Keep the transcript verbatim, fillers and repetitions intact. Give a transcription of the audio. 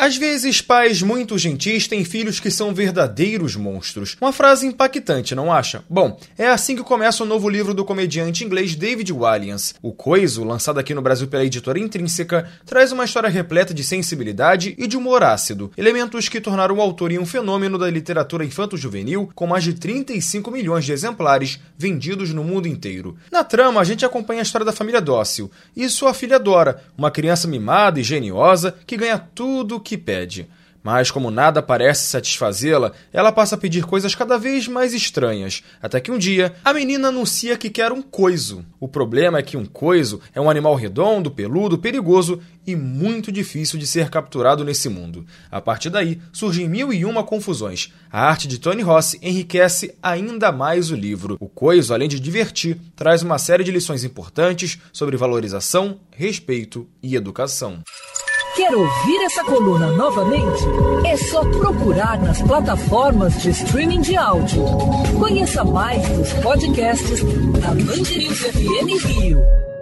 Às vezes, pais muito gentis têm filhos que são verdadeiros monstros. Uma frase impactante, não acha? Bom, é assim que começa o novo livro do comediante inglês David Walliams. O Coiso, lançado aqui no Brasil pela editora Intrínseca, traz uma história repleta de sensibilidade e de humor ácido, elementos que tornaram o autor em um fenômeno da literatura infanto-juvenil com mais de trinta e cinco milhões de exemplares vendidos no mundo inteiro. Na trama, a gente acompanha a história da família Dócil e sua filha Dora, uma criança mimada e geniosa que ganha tudo o que pede. Mas como nada parece satisfazê-la, ela passa a pedir coisas cada vez mais estranhas, até que um dia a menina anuncia que quer um coiso. O problema é que um coiso é um animal redondo, peludo, perigoso e muito difícil de ser capturado nesse mundo. A partir daí, surgem mil e uma confusões. A arte de Tony Rossi enriquece ainda mais o livro. O Coiso, além de divertir, traz uma série de lições importantes sobre valorização, respeito e educação. Quer ouvir essa coluna novamente? É só procurar nas plataformas de streaming de áudio. Conheça mais dos podcasts da Band News F M Rio.